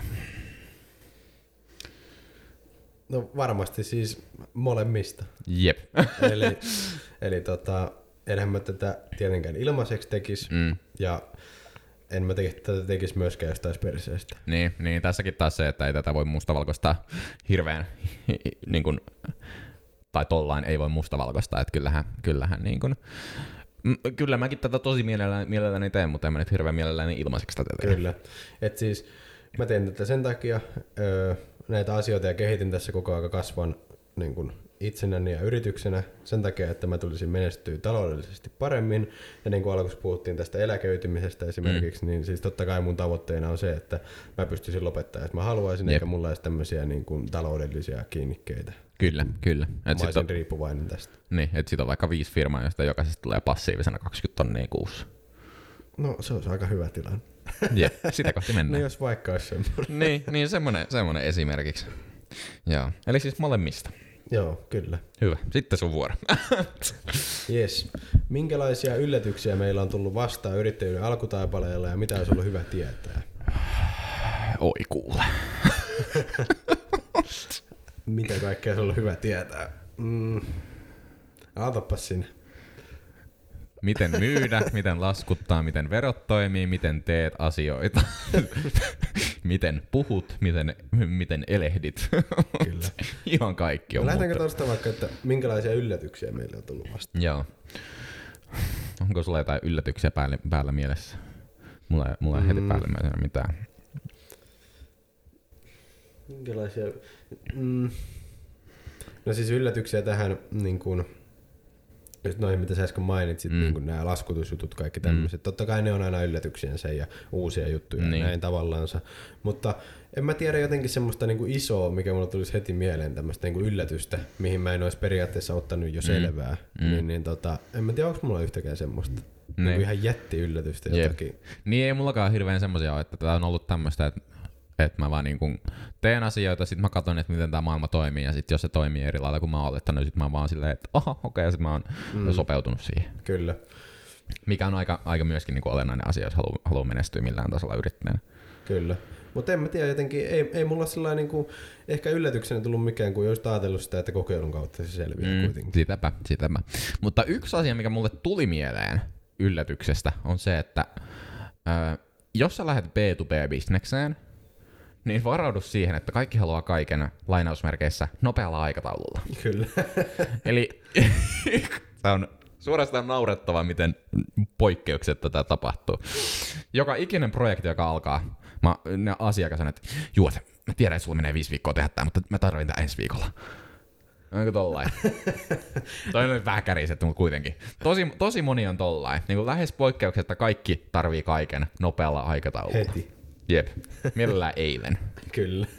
No varmasti siis molemmista. Jep. eli eli tota, enhän mä tätä tietenkään ilmaiseksi tekisi. Mm. Ja en mä tekisi, tätä tekisi myöskään jostain perseestä. Niin, niin, tässäkin taas se, että ei tätä voi mustavalkoistaa hirveän, niin kuin, tai tollain ei voi mustavalkoistaa, että kyllähän, kyllähän niin kuin, kyllä mäkin tätä tosi mielelläni, mielelläni teen, mutta en mä nyt hirveän mielelläni ilmaiseksi tätä teen. Kyllä, että siis mä teen tätä sen takia, öö, näitä asioita ja kehitin tässä koko ajan kasvan niin kuin itsenäni ja yrityksenä sen takia, että mä tulisin menestyä taloudellisesti paremmin. Ja niin kuin aluksi puhuttiin tästä eläköitymisestä esimerkiksi, mm. niin siis totta kai mun tavoitteena on se, että mä pystyisin lopettamaan, jos mä haluaisin, Jep. eikä mulla olisi tämmöisiä niin kuin taloudellisia kiinnikkeitä. Kyllä, kyllä. Et mä olisin on riippuvainen tästä. Niin, että sit on vaikka viisi firmaa, josta jokaisesta tulee passiivisena kaksikymmentä tonnia kuussa. No se on aika hyvä tilanne. Jep, sitä kohti mennään. No jos vaikka olisi semmoinen. niin, niin semmoinen, semmoinen esimerkiksi. Joo, eli siis molemmista. Joo, kyllä. Hyvä. Sitten sun vuoro. Yes. Minkälaisia yllätyksiä meillä on tullut vastaan yrittäjyyden alkutaipaleella ja mitä olisi ollut hyvä tietää? Oi kuule. Mitä kaikkea olisi ollut hyvä tietää? Mm. Aatapas sinne. Miten myydä, miten laskuttaa, miten verot toimii, miten teet asioita, miten puhut, miten, miten elehdit. Kyllä. Ihan kaikki on. No lähdetäänkö tuosta vaikka, että minkälaisia yllätyksiä meille on tullut vastaan? Joo. Onko sulla jotain yllätyksiä päällä, päällä mielessä? Mulla, mulla ei mm. heti päällimmäisenä mitään. Minkälaisia? Mm. No siis yllätyksiä tähän niin kuin just noihin, mitä sä äsken mainitsit, mm. niin nämä laskutusjutut, kaikki tämmöiset. Mm. Totta kai ne on aina yllätyksiensä ja uusia juttuja niin. näin tavallaansa. Mutta en mä tiedä jotenkin semmoista niinku isoa, mikä mulle tulisi heti mieleen, tämmöistä niinku yllätystä, mihin mä en olisi periaatteessa ottanut jo selvää. Mm. Niin, niin tota, en mä tiedä, onko mulla yhtäkään semmoista. Niin. Niinku ihan jätti yllätystä jotakin. Jep. Niin ei mullakaan hirveän semmoisia ole, että tää on ollut tämmöistä, että että mä vaan niinku teen asioita, sit mä katson, että miten tää maailma toimii, ja sit jos se toimii eri lailla kuin mä oon olettanut, sit mä vaan silleen, että aha, okei, okay, ja sit mä oon mm. sopeutunut siihen. Kyllä. Mikä on aika, aika myöskin niinku olennainen asia, jos haluaa haluu menestyä millään tasolla yrittäjänä. Kyllä. Mutta en mä tiedä, jotenkin ei, ei mulla sellainen niinku, ehkä yllätyksenä tullut mikään, kun olisi ajatellut sitä, että kokeilun kautta se selviää mm, kuitenkin. Sitäpä, sitäpä. Mutta yksi asia, mikä mulle tuli mieleen yllätyksestä, on se, että äh, jos sä lähdet B to B-bisnekseen, niin varaudu siihen, että kaikki haluaa kaiken lainausmerkeissä nopealla aikataululla. Kyllä. Eli tämä on suorastaan naurettava, miten poikkeukset tätä tapahtuu. Joka ikinen projekti, joka alkaa, mä, ne asiakas on, että juu, mä tiedän, että sulla menee viisi viikkoa tehdä tämä, mutta mä tarvitsen tämän ensi viikolla. Onko tollain? Toi on nyt vähän kärisetty, mutta kuitenkin. Tosi, tosi moni on tollain. Niin kuin lähes poikkeuksetta kaikki tarvii kaiken nopealla aikataululla. Heti. Jep, mielellään eilen. Kyllä.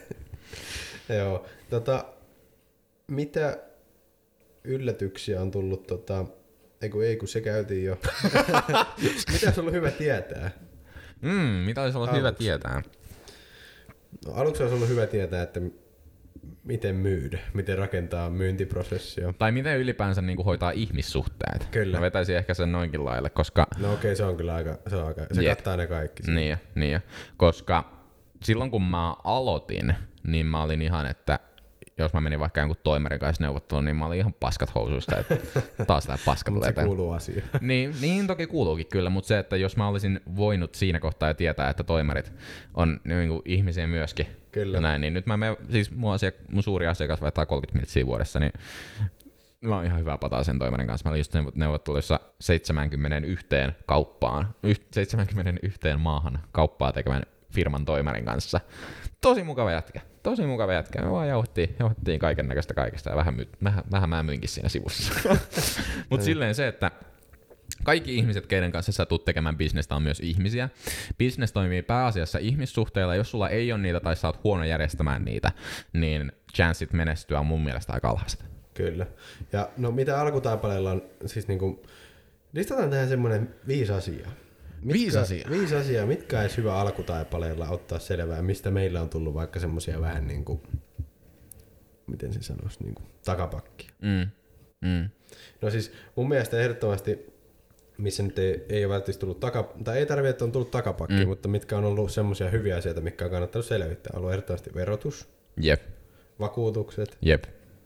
Joo, tota, mitä yllätyksiä on tullut, tota, ei kun, ei kun se käytiin jo. Mitä olisi ollut hyvä tietää? Mm, mitä olisi ollut aluksi. hyvä tietää? No, aluksi olisi ollut hyvä tietää, että miten myydä, miten rakentaa myyntiprosessia. Tai miten ylipäänsä niin kuin hoitaa ihmissuhteet. Kyllä. Mä vetäisin ehkä sen noinkin lailla, koska... No okei, okay, se on kyllä aika, se, on aika, se kattaa ne kaikki. Siinä. Niin, niin, koska silloin kun mä aloitin, niin mä olin ihan, että jos mä menin vaikka jonkun toimerin kanssa neuvotteluun, niin mä olin ihan paskat housuista, että taas tää paska tulee. Mutta se kuuluu asia. Niin, niin toki kuuluukin kyllä, mutta se, että jos mä olisin voinut siinä kohtaa jo tietää, että toimerit on niin kuin ihmisiä myöskin, kyllä. Näin, niin nyt mä menen, siis mun, asiak- mun suuri asiakas vaihtaa kolmekymmentä miltsiä vuodessa, niin mä oon ihan hyvä pataa sen toimerin kanssa. Mä olin just neuvotteluissa seitsemänkymmentäyksi kauppaan, seitsemänkymmentäyksi maahan kauppaa tekevän firman toimerin kanssa. Tosi mukava jätkä, tosi mukava jätkä. Me vaan jauhettiin, jauhettiin kaiken näköistä kaikesta ja vähän, my, vähän, vähän mä myinkin siinä sivussa. Mutta silleen se, että kaikki ihmiset, keiden kanssa sä tulet tekemään bisnestä, on myös ihmisiä. Business toimii pääasiassa ihmissuhteilla. Jos sulla ei ole niitä tai sä oot huono järjestämään niitä, niin chanssit menestyä on mun mielestä aika alhaiset. Kyllä. Ja no mitä alkutaipaleella on, siis niinku, listataan tähän semmoinen viisi asiaa. Mitkä, viisi asiaa? Viisi asiaa, mitkä olisi hyvä alkutaipaleella ottaa selvää, mistä meillä on tullut vaikka semmoisia vähän niinku, miten se sanoisi, niinku takapakkia. Mm. Mm. No siis mun mielestä ehdottomasti, missä nyt ei, ei ole välttämättä tullut taka, tai ei tarvitse, että on tullut takapakki, mm. mutta mitkä on ollut semmoisia hyviä asioita, mitkä on kannattanut selvittää. On ollut ehdottomasti verotus, Jep. vakuutukset, Jep.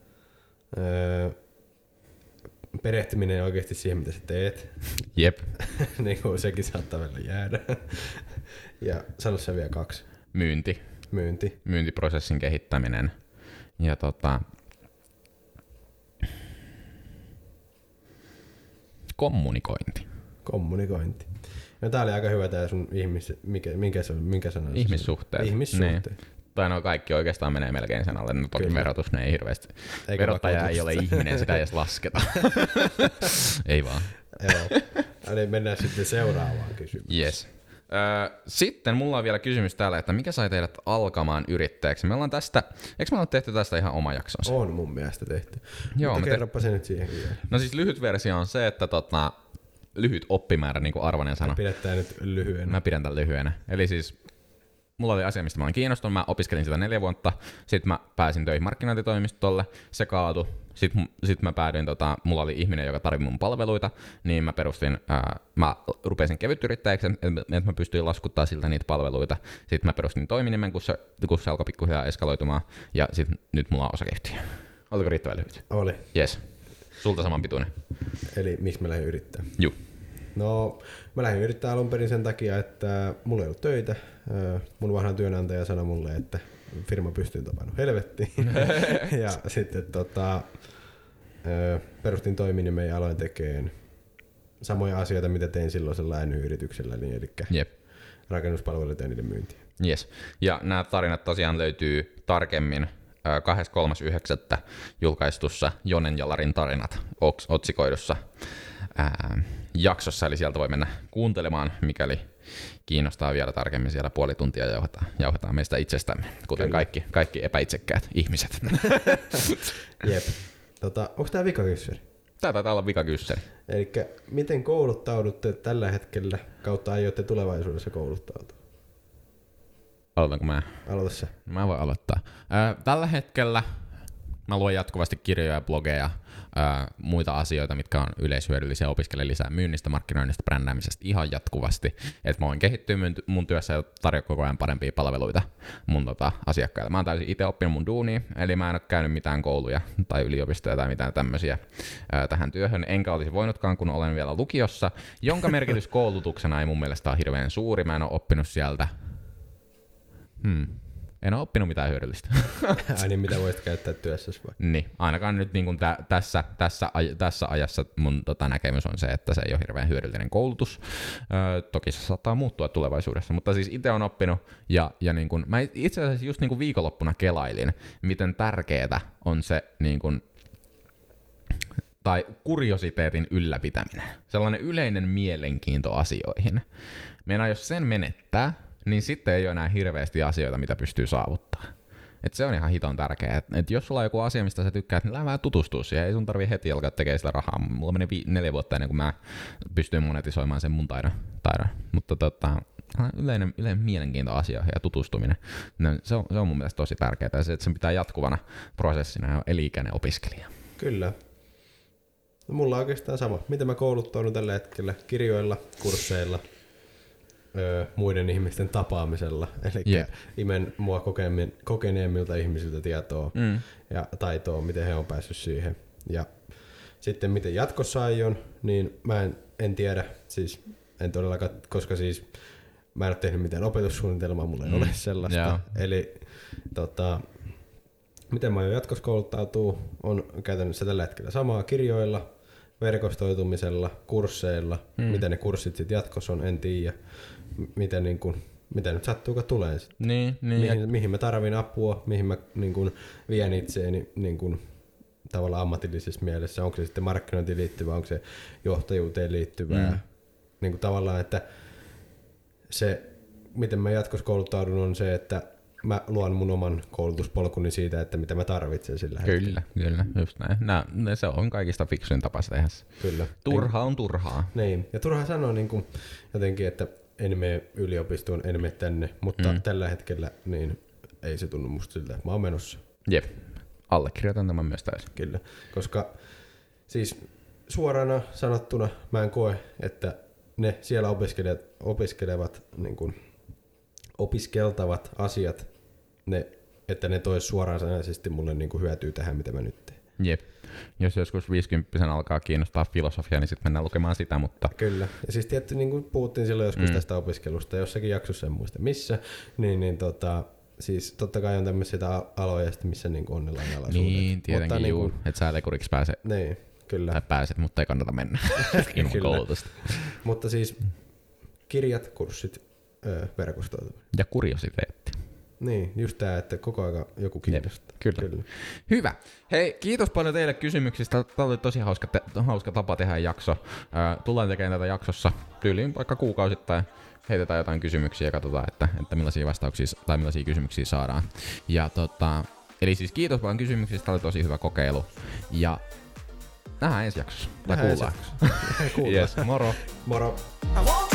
Öö, perehtyminen oikeasti siihen, mitä sä teet. Jep. Niin kuin sekin saattaa vielä jäädä. Ja sano sen vielä kaksi. Myynti. Myynti. Myyntiprosessin kehittäminen. Ja tota... kommunikointi. Kommunikointi. No tää oli aika hyvä tää sun ihmis... Mikä, minkä, se on, minkä sana? Ihmissuhteet. Ihmissuhteet. Ne. Tai no kaikki oikeastaan menee melkein sen alle. No toki Kyllä. verotus, ne ei hirveästi. Eikä verottaja ei ole ihminen, sitä ei edes lasketa. Ei vaan. Joo. Eli mennään sitten seuraavaan kysymykseen. Yes. Sitten mulla on vielä kysymys täällä, että mikä sai teidät alkamaan yrittäjäksi? Me ollaan tästä, eikö me olla tehty tästä ihan oma jaksonsa? On mun mielestä tehty. Joo, mutta kerropa te... se nyt siihen vielä. No siis lyhyt versio on se, että tota, lyhyt oppimäärä, niin kuin Arvonen sanoi. Pidetään nyt lyhyenä. Mä pidän tämän lyhyenä. Eli siis mulla oli asia, mistä mä olin kiinnostunut. Mä opiskelin sitä neljä vuotta. Sitten mä pääsin töihin markkinointitoimistolle. Se kaatui. Sitten sit mä päädyin, tota, mulla oli ihminen, joka tarvitsi mun palveluita, niin mä perustin, ää, mä rupesin kevytyrittäjäksi, että mä pystyin laskuttaa siltä niitä palveluita. Sitten mä perustin toiminimen, kun se, kun se alkoi pikkuhiljaa eskaloitumaan, ja sitten nyt mulla on osakeyhtiö. Oliko riittävän lyhyt? Oli. Yes. Sulta saman pituinen. Eli miksi mä lähdin yrittää? Juu. No, mä lähdin yrittää alun perin sen takia, että mulla ei ollut töitä. Mun vanha työnantaja sanoi mulle, että firma pystyy tapannut helvettiin. Ja sitten tota, perustin toiminimen ja aloin tekemään samoja asioita, mitä tein silloisella N-yrityksellä, niin eli Jep. rakennuspalveluita ja niiden myyntiä. Yes. Ja nämä tarinat tosiaan löytyy tarkemmin kahdeskymmeneskolmas yhdeksättä julkaistussa Jonen ja Larin tarinat otsikoidussa ää, jaksossa, eli sieltä voi mennä kuuntelemaan, mikäli kiinnostaa vielä tarkemmin. Siellä puoli tuntia jauhetaan, jauhetaan meistä itsestämme, kuten kaikki, kaikki epäitsekkäät ihmiset. Jep. Tota, onko tämä vikakyssäri? Tää taitaa olla vikakyssäri. Elikkä miten kouluttaudutte tällä hetkellä kautta aiotte tulevaisuudessa kouluttautua? Aloitanko mä? Aloita sä. Mä voin aloittaa. Ää, tällä hetkellä mä luen jatkuvasti kirjoja ja blogeja, ää, muita asioita, mitkä on yleishyödyllisiä, opiskelen lisää myynnistä, markkinoinnista, brändäämisestä ihan jatkuvasti. Että mä voin kehittyä mun työssä ja tarjoa koko ajan parempia palveluita mun tota, asiakkaille. Mä oon täysin itse oppinut mun duunia, eli mä en ole käynyt mitään kouluja tai yliopistoja tai mitään tämmöisiä ää, tähän työhön. Enkä olisi voinutkaan, kun olen vielä lukiossa, jonka merkitys koulutuksena ei mun mielestä ole hirveän suuri. Mä en ole oppinut sieltä. Hmm. En ole oppinut mitään hyödyllistä. Ai niin, mitä voisit käyttää työssäsi vai? Niin, ainakaan nyt niin kuin tä, tässä, tässä, aj, tässä ajassa mun tota, näkemys on se, että se ei ole hirveän hyödyllinen koulutus. Öö, toki se saattaa muuttua tulevaisuudessa, mutta siis itse olen oppinut ja, ja niin kuin, mä itse asiassa just niin kuin viikonloppuna kelailin, miten tärkeää on se niin kuin, tai kuriositeetin ylläpitäminen. Sellainen yleinen mielenkiinto asioihin. Meinaan, jos sen menettää, niin sitten ei ole enää hirveästi asioita, mitä pystyy saavuttaa. Et se on ihan hiton tärkeää. Et, et jos sulla on joku asia, mistä sä tykkäät, niin lähde vähän tutustua siihen. Ei sun tarvii heti alkaa tekemään sitä rahaa. Mulla meni vi- neljä vuotta ennen kuin mä pystyin monetisoimaan sen mun taidon. taidon. Mutta tota, yleinen, yleinen mielenkiinto asioihin ja tutustuminen, no, se, on, se on mun mielestä tosi tärkeää. Ja se, että sen pitää jatkuvana prosessina ja eli-ikäinen opiskelija. Kyllä. No, mulla on oikeastaan sama. Miten mä kouluttaudun tällä hetkellä? Kirjoilla, kursseilla, öö, muiden ihmisten tapaamisella. Eli yeah. imen mua kokeneemmilta ihmisiltä tietoa mm. ja taitoa, miten he on päässyt siihen. Ja sitten miten jatkossa aion, niin mä en, en tiedä. Siis en todellakaan, koska siis mä en ole tehnyt mitään opetussuunnitelmaa, mulla ei mm. ole sellaista. Yeah. Eli tota, miten mä aion jatkossa kouluttautua, on käytännössä tällä hetkellä samaa kirjoilla, verkostoitumisella, kursseilla. Mm. Mitä ne kurssit sitten jatkossa on, en tiedä. Miten, niin kun, mitä nyt sattuuko tulee sitten. Niin, niin, mihin, ja... mihin mä tarvin apua, mihin mä niin kun, vien itseäni niin kun, tavallaan ammatillisessa mielessä. Onko se sitten markkinointiin liittyvää, onko se johtajuuteen liittyvää. Mm. Niin kun, tavallaan, että se, miten mä jatkossa kouluttaudun, on se, että mä luon mun oman koulutuspolkuni siitä, että mitä mä tarvitsen sillä hetkellä. Kyllä, kyllä, just näin. Nää, se on kaikista fiksuin tapa tehdä. Kyllä. Turha on turhaa. Niin, ja turha sanoa niin kuin jotenkin, että en mene yliopistoon, en mene tänne, mutta mm. tällä hetkellä niin ei se tunnu musta siltä, että mä oon menossa. Jep, allekirjoitan tämän myös täysin. Kyllä, koska siis suorana sanottuna mä en koe, että ne siellä opiskelevat, opiskelevat niin kuin opiskeltavat asiat, ne, että ne tois suoraan sanaisesti mulle niin kuin hyötyy tähän, mitä mä nyt teen. Jep. Jos joskus viisikymppisen alkaa kiinnostaa filosofia, niin sitten mennään lukemaan sitä, mutta... Kyllä. Ja siis tietysti niin kuin puhuttiin silloin joskus mm. tästä opiskelusta, jossakin jaksossa en muista missä, niin, niin tota, siis totta kai on tämmöisiä aloja, missä niin kuin on ne lainalaisuudet. Niin, tietenkin mutta, juu, niin kuin, että sä lekuriksi pääse. Niin, kyllä. Tai pääset, mutta ei kannata mennä ilman koulutusta. Mutta siis kirjat, kurssit, öö, verkostoituminen. Ja kuriositeetti. Niin, just tää, että koko ajan joku kiinnostaa. Kyllä. Kyllä. Hyvä. Hei, kiitos paljon teille kysymyksistä. Tämä oli tosi hauska, te- hauska tapa tehdä jakso. Äh, tullaan tekemään tätä jaksossa tyyliin vaikka kuukausittain. Heitetään jotain kysymyksiä ja katsotaan, että, että millaisia vastauksia tai millaisia kysymyksiä saadaan. Ja tota, eli siis kiitos paljon kysymyksistä. Tämä oli tosi hyvä kokeilu. Ja nähdään ensi jaksossa. Tai nähdään kuullaan. ensi jaksossa. Kuullaan. Yes, moro. Moro.